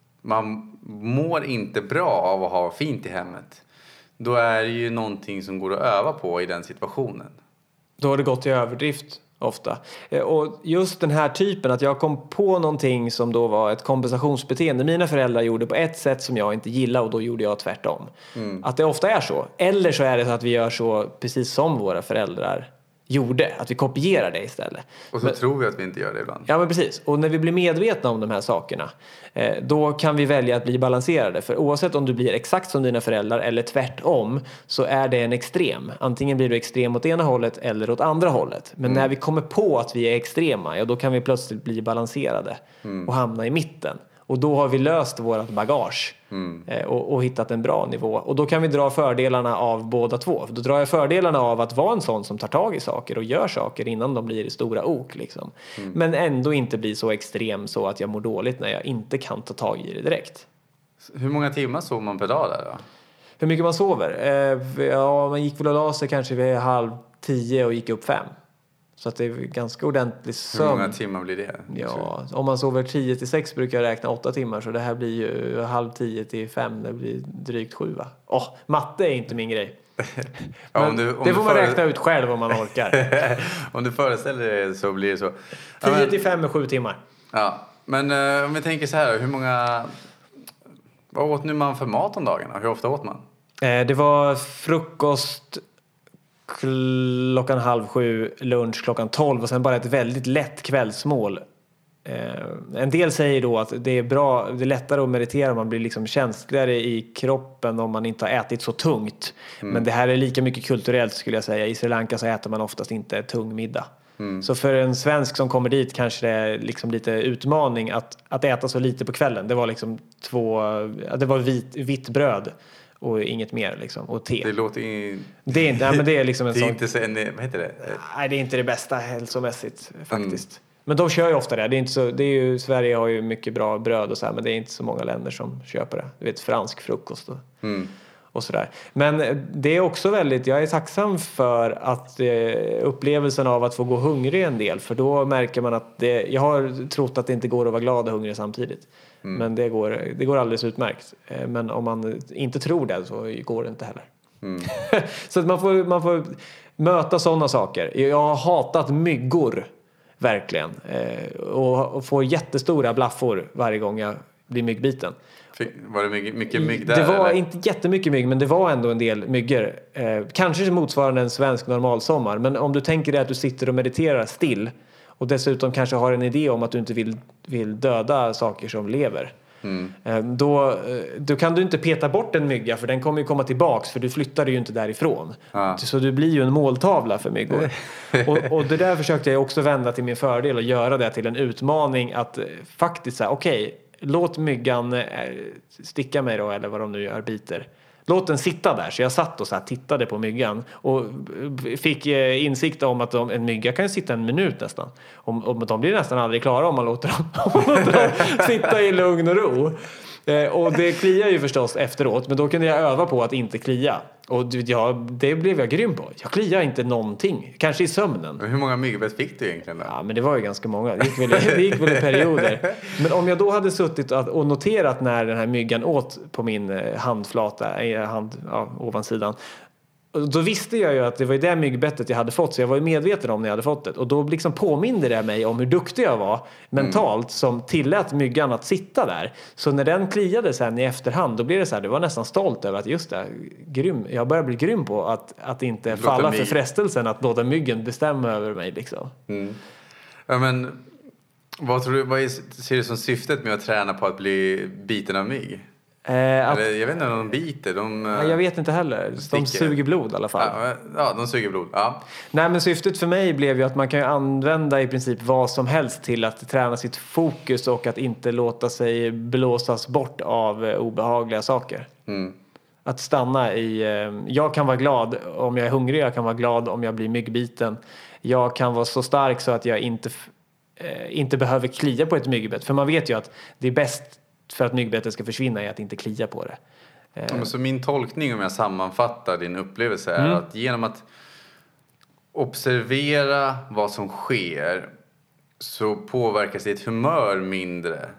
man mår inte bra av att ha fint i hemmet, då är det ju någonting som går att öva på i den situationen. Då har det gått i överdrift ofta. Och just den här typen att jag kom på någonting som då var ett kompensationsbeteende. Mina föräldrar gjorde på ett sätt som jag inte gillade och då gjorde jag tvärtom. Mm. Att det ofta är så. Eller så är det så att vi gör så precis som våra föräldrar gjorde. Att vi kopierar det istället. Och så men, tror vi att vi inte gör det ibland. Ja, men precis. Och när vi blir medvetna om de här sakerna eh, då kan vi välja att bli balanserade. För oavsett om du blir exakt som dina föräldrar eller tvärtom så är det en extrem. Antingen blir du extrem åt ena hållet eller åt andra hållet. Men mm. när vi kommer på att vi är extrema, ja, då kan vi plötsligt bli balanserade mm. och hamna i mitten. Och då har vi löst vårt bagage mm. och, och hittat en bra nivå. Och då kan vi dra fördelarna av båda två. För då drar jag fördelarna av att vara en sån som tar tag i saker och gör saker innan de blir i stora ok. Liksom. Mm. Men ändå inte bli så extrem så att jag mår dåligt när jag inte kan ta tag i det direkt. Hur många timmar sover man per dag där då? Hur mycket man sover? Eh, ja, man gick väl och la sig kanske vid halv tio och gick upp fem. Så att det är ganska ordentlig sömn. Hur många timmar blir det? Ja, om man sover tio till sex brukar jag räkna åtta timmar. Så det här blir ju halv tio till fem. Det blir drygt sju, va? Åh, oh, matte är inte min grej. ja, om du, om det får man före... räkna ut själv om man orkar. om du föreställer dig så blir det så. tio till fem är sju timmar. Ja, Men uh, om vi tänker så här, hur många... Vad åt nu man för mat om dagarna? Hur ofta åt man? Eh, det var frukost klockan halv sju, lunch klockan tolv och sen bara ett väldigt lätt kvällsmål. Eh, en del säger då att det är bra, det är lättare att meditera, man blir liksom känsligare i kroppen om man inte har ätit så tungt. Mm. Men det här är lika mycket kulturellt skulle jag säga. I Sri Lanka så äter man oftast inte tung middag. Mm. Så för en svensk som kommer dit kanske det är liksom lite utmaning att, att äta så lite på kvällen. Det var liksom två, det var vit, vitt bröd och inget mer liksom, och te. Det låter i... Det är inte, nej, men det är liksom en det är sån... inte så, en, vad heter det? Nej, det är inte det bästa hälsomässigt faktiskt. Mm. Men de kör ju ofta det. Det är inte så, det är ju, Sverige har ju mycket bra bröd och så här, men det är inte så många länder som köper det. Du vet, fransk frukost och, mm. och sådär. Men det är också väldigt, jag är tacksam för att eh, upplevelsen av att få gå hungrig en del. För då märker man att det, jag har trott att det inte går att vara glad och hungrig samtidigt. Mm. Men det går, det går alldeles utmärkt. Eh, men om man inte tror det så går det inte heller. Mm. Så att man får, man får möta sådana saker. Jag har hatat myggor. Verkligen. Eh, och, och får jättestora blaffor varje gång jag blir myggbiten. Var det mycket, mycket mygg där? Det var eller? Inte jättemycket mygg, men det var ändå en del myggor. Eh, kanske motsvarande en svensk normalsommar. Men om du tänker dig att du sitter och mediterar still och dessutom kanske har en idé om att du inte vill, vill döda saker som lever. Mm. Eh, då, då kan du inte peta bort en mygga, för den kommer ju komma tillbaks, för du flyttar ju inte därifrån. Ah. Så du blir ju en måltavla för myggor. och, och det där försökte jag också vända till min fördel och göra det till en utmaning att faktiskt säga, okej, okay, låt myggan sticka mig då, eller vad de nu gör, biter. Låt den sitta där. Så jag satt och så här tittade på myggan och fick insikt om att de, en mygga kan sitta en minut nästan. Om, om de blir nästan aldrig klara om man låter dem, om man låter dem sitta i lugn och ro. Eh, och det kliar ju förstås efteråt, men då kunde jag öva på att inte klia. Och ja, det blev jag grym på. Jag kliar inte någonting. Kanske i sömnen. Men hur många myggbett fick du egentligen då? Ja, men det var ju ganska många. Det gick väl, det gick väl i perioder. Men om jag då hade suttit och noterat när den här myggan åt på min handflata, hand, ja, ovansidan. Då visste jag ju att det var det myggbettet jag hade fått, så jag var ju medveten om när jag hade fått det. Och då liksom påminde det mig om hur duktig jag var mentalt mm. som tillät myggan att sitta där. Så när den kliade sen i efterhand, då blev det så här, det var nästan stolt över att just det, grym, jag börjar bli grym på att, att inte låta falla mig... för frestelsen att låta myggen bestämma över mig liksom. Mm. Ja, men vad tror du, vad är, ser du som syftet med att träna på att bli biten av mygg? Eh, att, Eller, jag vet inte om de biter. De, ja, jag vet inte heller. De suger blod i alla fall. Ja, ja, de suger blod. Ja. Nej, men syftet för mig blev ju att man kan ju använda i princip vad som helst till att träna sitt fokus och att inte låta sig blåsas bort av obehagliga saker. Mm. Att stanna i... Jag kan vara glad om jag är hungrig. Jag kan vara glad om jag blir myggbiten. Jag kan vara så stark så att jag inte, inte behöver klia på ett myggbett. För man vet ju att det är bäst för att myggbettet ska försvinna är att inte klia på det. Ja, så min tolkning, om jag sammanfattar din upplevelse, är mm. att genom att observera vad som sker så påverkas ditt humör mindre.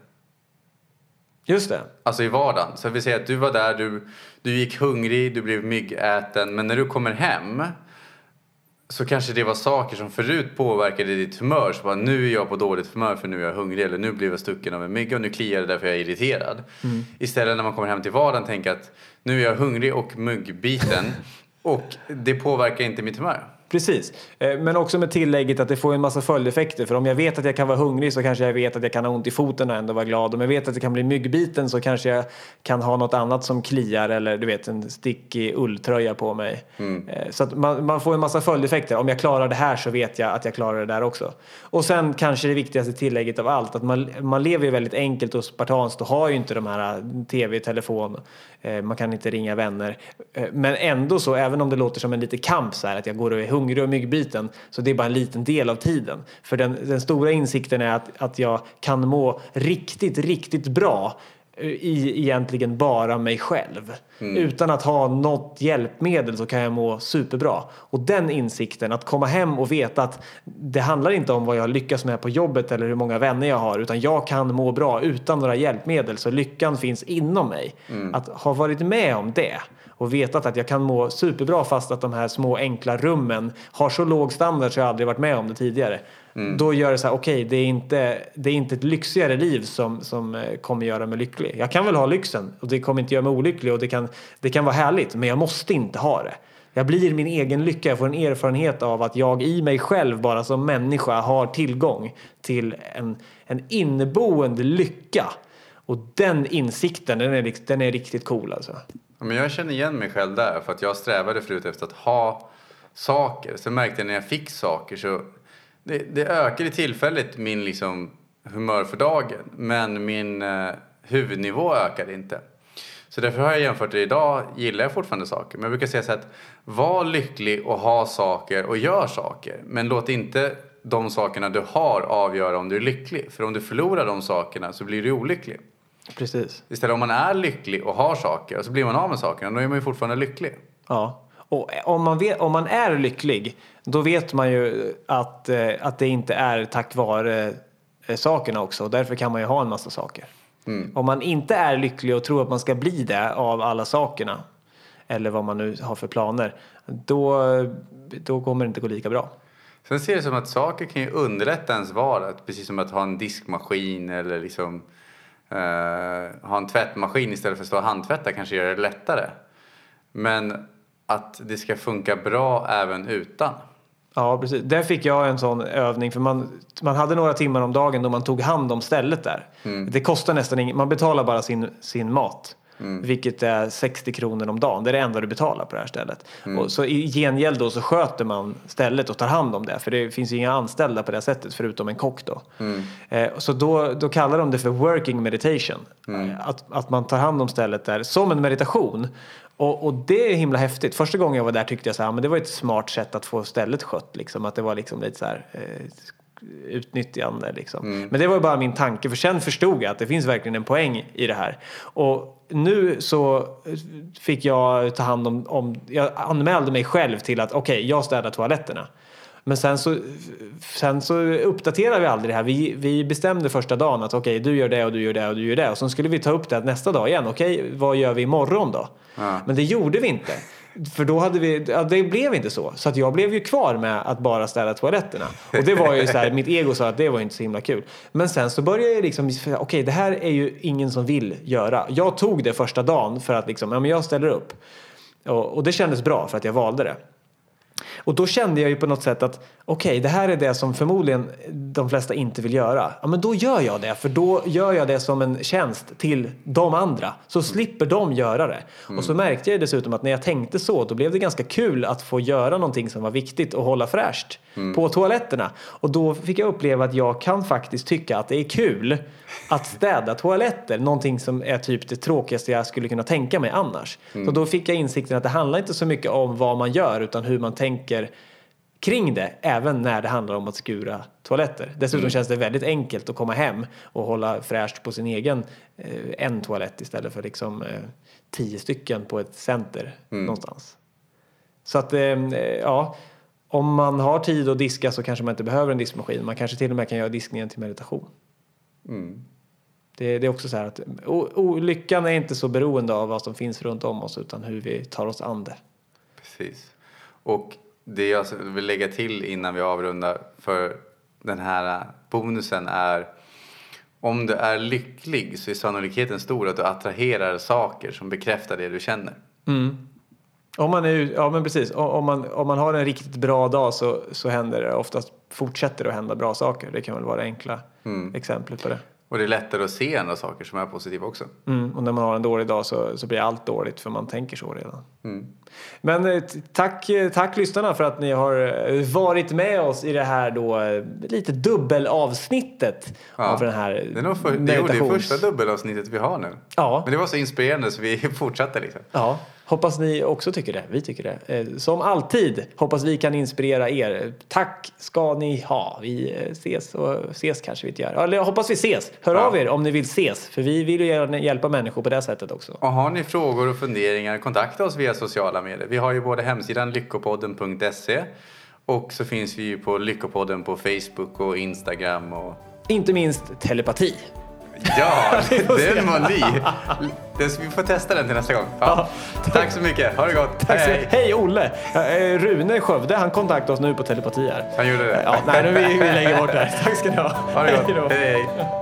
Just det. Alltså i vardagen. Så vi säger att du var där, du, du gick hungrig, du blev myggäten. Men när du kommer hem så kanske det var saker som förut påverkade ditt humör. Så bara, nu är jag på dåligt humör för nu är jag hungrig. Eller nu blev jag stucken av en mygga och nu kliar det därför jag är irriterad. Mm. Istället när man kommer hem till vardagen tänker att nu är jag hungrig och myggbiten. Och det påverkar inte mitt humör. Precis, men också med tillägget att det får en massa följdeffekter. För om jag vet att jag kan vara hungrig så kanske jag vet att jag kan ha ont i foten och ändå vara glad. Om jag vet att jag kan bli myggbiten så kanske jag kan ha något annat som kliar. Eller du vet, en stickig ulltröja på mig. Mm. Så att man, man får en massa följdeffekter. Om jag klarar det här så vet jag att jag klarar det där också. Och sen kanske det viktigaste tillägget av allt. Att man, man lever ju väldigt enkelt och spartanskt och har ju inte de här tv, telefon. Man kan inte ringa vänner. Men ändå så, även om det låter som en liten kamp så här, att jag går och är hungrig och myggbiten, så det är bara en liten del av tiden. För den, den stora insikten är att, att jag kan må riktigt, riktigt bra i egentligen bara mig själv. Mm. Utan att ha något hjälpmedel så kan jag må superbra. Och den insikten, att komma hem och veta att det handlar inte om vad jag lyckas med på jobbet eller hur många vänner jag har, utan jag kan må bra utan några hjälpmedel, så lyckan finns inom mig. Mm. Att ha varit med om det och vetat att jag kan må superbra fast att de här små enkla rummen har så låg standard så jag aldrig varit med om det tidigare. Mm. Då gör det så här, okej, okay, det är inte det är inte ett lyxigare liv som, som kommer göra mig lycklig. Jag kan väl ha lyxen och det kommer inte göra mig olycklig och det kan, det kan vara härligt, men jag måste inte ha det. Jag blir min egen lycka, jag får en erfarenhet av att jag i mig själv bara som människa har tillgång till en, en inneboende lycka. Och den insikten, den är, den är riktigt cool alltså. Men jag känner igen mig själv där, för att jag strävade förut efter att ha saker. Så märkte jag när jag fick saker så det, det ökade tillfälligt min liksom humör för dagen. Men min eh, huvudnivå ökade inte. Så därför har jag jämfört det idag, gillar jag fortfarande saker. Men jag brukar säga så att var lycklig och ha saker och gör saker. Men låt inte de sakerna du har avgöra om du är lycklig. För om du förlorar de sakerna så blir du olycklig. Precis. Istället om man är lycklig och har saker och så blir man av med sakerna, då är man ju fortfarande lycklig. Ja, och om man, vet, om man är lycklig, då vet man ju att, att det inte är tack vare sakerna också. Och därför kan man ju ha en massa saker. Mm. Om man inte är lycklig och tror att man ska bli det av alla sakerna, eller vad man nu har för planer, då, då kommer det inte gå lika bra. Sen ser det som att saker kan ju underlätta ens vardag. Precis som att ha en diskmaskin eller liksom uh, ha en tvättmaskin istället för att stå och handtvätta kanske gör det lättare. Men att det ska funka bra även utan. Ja, precis. Där fick jag en sån övning. För man, man hade några timmar om dagen då man tog hand om stället där. Mm. Det kostar nästan inget. Man betalar bara sin, sin mat. Mm. Vilket är sextio kronor om dagen. Det är det enda du betalar på det här stället. Mm. Och så i gengäld då så sköter man stället och tar hand om det. För det finns ju inga anställda på det sättet förutom en kock då. Mm. Eh, så då, då kallar de det för working meditation. Mm. Att, att man tar hand om stället där som en meditation. Och, och det är himla häftigt. Första gången jag var där tyckte jag så här, men det var ett smart sätt att få stället skött. Liksom. Att det var liksom lite så här eh, utnyttjande liksom. Mm. Men det var ju bara min tanke. För sen förstod jag att det finns verkligen en poäng i det här. Och nu så fick jag ta hand om, om jag anmälde mig själv till att okej, okay, jag städar toaletterna. Men sen så, sen så uppdaterade vi aldrig det här. Vi, vi bestämde första dagen att okej, okay, du gör det och du gör det och du gör det. Och sen skulle vi ta upp det nästa dag igen. Okej, okay, vad gör vi imorgon då? Ja. Men det gjorde vi inte. För då hade vi, ja, det blev inte så. Så att jag blev ju kvar med att bara städa toaletterna. Och det var ju så här, mitt ego sa att det var inte så himla kul. Men sen så började jag liksom, okej, okay, det här är ju ingen som vill göra. Jag tog det första dagen för att liksom, ja men jag ställer upp. Och, och det kändes bra för att jag valde det. Och då kände jag ju på något sätt att okej, okay, det här är det som förmodligen de flesta inte vill göra. Ja, men då gör jag det. För då gör jag det som en tjänst till de andra. Så slipper de göra det. Mm. Och så märkte jag dessutom att när jag tänkte så, då blev det ganska kul att få göra någonting som var viktigt och hålla fräscht mm. på toaletterna. Och då fick jag uppleva att jag kan faktiskt tycka att det är kul att städa toaletter. Någonting som är typ det tråkigaste jag skulle kunna tänka mig annars. Mm. Så då fick jag insikten att det handlar inte så mycket om vad man gör utan hur man tänker kring det, även när det handlar om att skura toaletter. Dessutom mm. känns det väldigt enkelt att komma hem och hålla fräscht på sin egen eh, en toalett istället för liksom eh, tio stycken på ett center mm. någonstans. Så att, eh, ja, om man har tid att diska så kanske man inte behöver en diskmaskin. Man kanske till och med kan göra diskningen till meditation. Mm. Det, det är också så här att o, o, lyckan är inte så beroende av vad som finns runt om oss utan hur vi tar oss an det. Precis. Och det jag vill lägga till innan vi avrundar för den här bonusen är om du är lycklig så är sannolikheten stor att du attraherar saker som bekräftar det du känner. Mm. Om man är, ja men precis, om man, om man har en riktigt bra dag så, så händer det oftast, fortsätter det att hända bra saker. Det kan väl vara enkla mm. exempel på det. Och det är lättare att se andra saker som är positiva också. Mm, och när man har en dålig dag så, så blir allt dåligt för man tänker så redan. Mm. Men tack, tack lyssnarna för att ni har varit med oss i det här då lite dubbelavsnittet ja. av den här det är nog för, det, det är första dubbelavsnittet vi har nu. Ja. Men det var så inspirerande så vi fortsatte liksom. Ja. Hoppas ni också tycker det. Vi tycker det. Som alltid hoppas vi kan inspirera er. Tack ska ni ha. Vi ses och ses kanske vi inte gör. Eller jag hoppas vi ses. Hör ja. av er om ni vill ses. För vi vill ju hjälpa människor på det sättet också. Och har ni frågor och funderingar, kontakta oss via sociala medier. Vi har ju både hemsidan lyckopodden punkt se och så finns vi ju på Lyckopodden på Facebook och Instagram. Och inte minst telepati. Ja, Vi får se. den var ny. Det- Vi får testa den till nästa gång. Ja. Tack så mycket. Ha det gott. Tack så Hej, mycket. hej. Hej Olle! Ja, eh, Rune Skövde, han kontaktade oss nu på telepati här. Han gjorde det. Ja, nej, nu vi, vi lägger bort det här. Tack ska ni ha. Ha det Hej gott. då. Hej, hej.